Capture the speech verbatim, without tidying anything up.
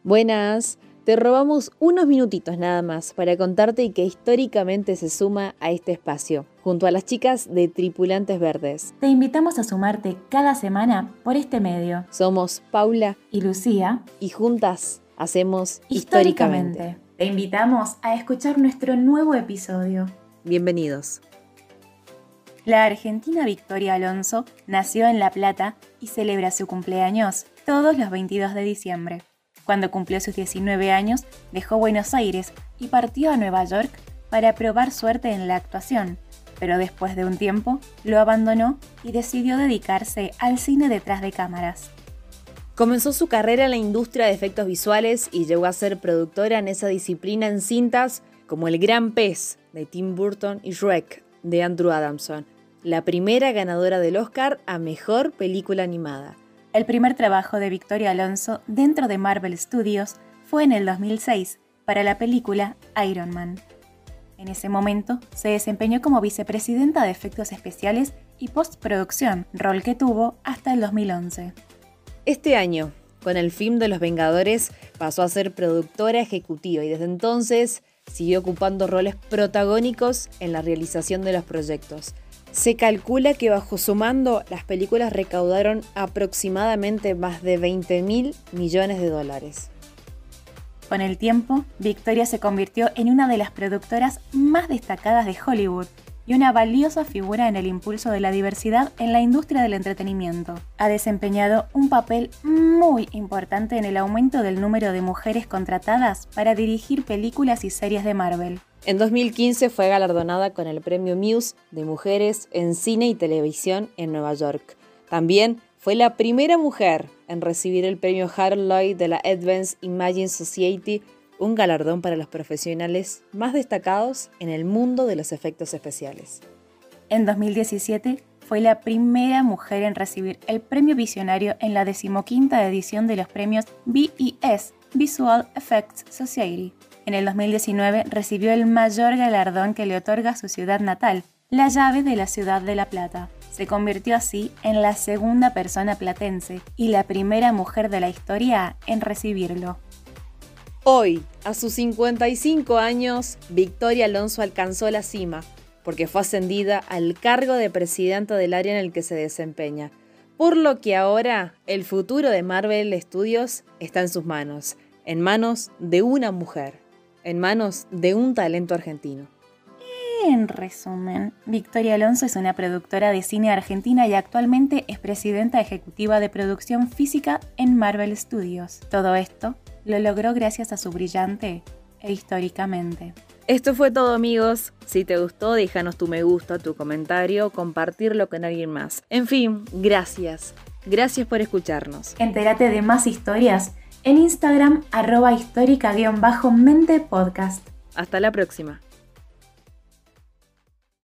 Buenas, te robamos unos minutitos nada más para contarte que históricamente se suma a este espacio, junto a las chicas de Tripulantes Verdes. Te invitamos a sumarte cada semana por este medio. Somos Paula y Lucía y juntas hacemos Históricamente. Históricamente. Te invitamos a escuchar nuestro nuevo episodio. Bienvenidos. La argentina Victoria Alonso nació en La Plata y celebra su cumpleaños todos los veintidós de diciembre. Cuando cumplió sus diecinueve años, dejó Buenos Aires y partió a Nueva York para probar suerte en la actuación, pero después de un tiempo lo abandonó y decidió dedicarse al cine detrás de cámaras. Comenzó su carrera en la industria de efectos visuales y llegó a ser productora en esa disciplina en cintas como El Gran Pez de Tim Burton y Shrek de Andrew Adamson, la primera ganadora del Oscar a Mejor Película Animada. El primer trabajo de Victoria Alonso dentro de Marvel Studios fue en el dos mil seis para la película Iron Man. En ese momento se desempeñó como vicepresidenta de efectos especiales y postproducción, rol que tuvo hasta el dos mil once. Este año, con el film de Los Vengadores, pasó a ser productora ejecutiva y desde entonces siguió ocupando roles protagónicos en la realización de los proyectos. Se calcula que bajo su mando las películas recaudaron aproximadamente más de veinte mil millones de dólares. Con el tiempo, Victoria se convirtió en una de las productoras más destacadas de Hollywood y una valiosa figura en el impulso de la diversidad en la industria del entretenimiento. Ha desempeñado un papel muy importante en el aumento del número de mujeres contratadas para dirigir películas y series de Marvel. En dos mil quince fue galardonada con el premio Muse de Mujeres en Cine y Televisión en Nueva York. También fue la primera mujer en recibir el premio Harold Lloyd de la Advanced Imaging Society, un galardón para los profesionales más destacados en el mundo de los efectos especiales. En dos mil diecisiete fue la primera mujer en recibir el premio Visionario en la decimoquinta edición de los premios V E S, Visual Effects Society. En el dos mil diecinueve recibió el mayor galardón que le otorga su ciudad natal, la llave de la ciudad de La Plata. Se convirtió así en la segunda persona platense y la primera mujer de la historia en recibirlo. Hoy, a sus cincuenta y cinco años, Victoria Alonso alcanzó la cima, porque fue ascendida al cargo de presidenta del área en el que se desempeña, por lo que ahora el futuro de Marvel Studios está en sus manos, en manos de una mujer, en manos de un talento argentino. En resumen, Victoria Alonso es una productora de cine argentina y actualmente es presidenta ejecutiva de producción física en Marvel Studios. Todo esto lo logró gracias a su brillante e históricamente. Esto fue todo, amigos. Si te gustó, déjanos tu me gusta, tu comentario, compartirlo con alguien más. En fin, gracias. Gracias por escucharnos. Entérate de más historias en Instagram arroba histórica-mente podcast. Hasta la próxima.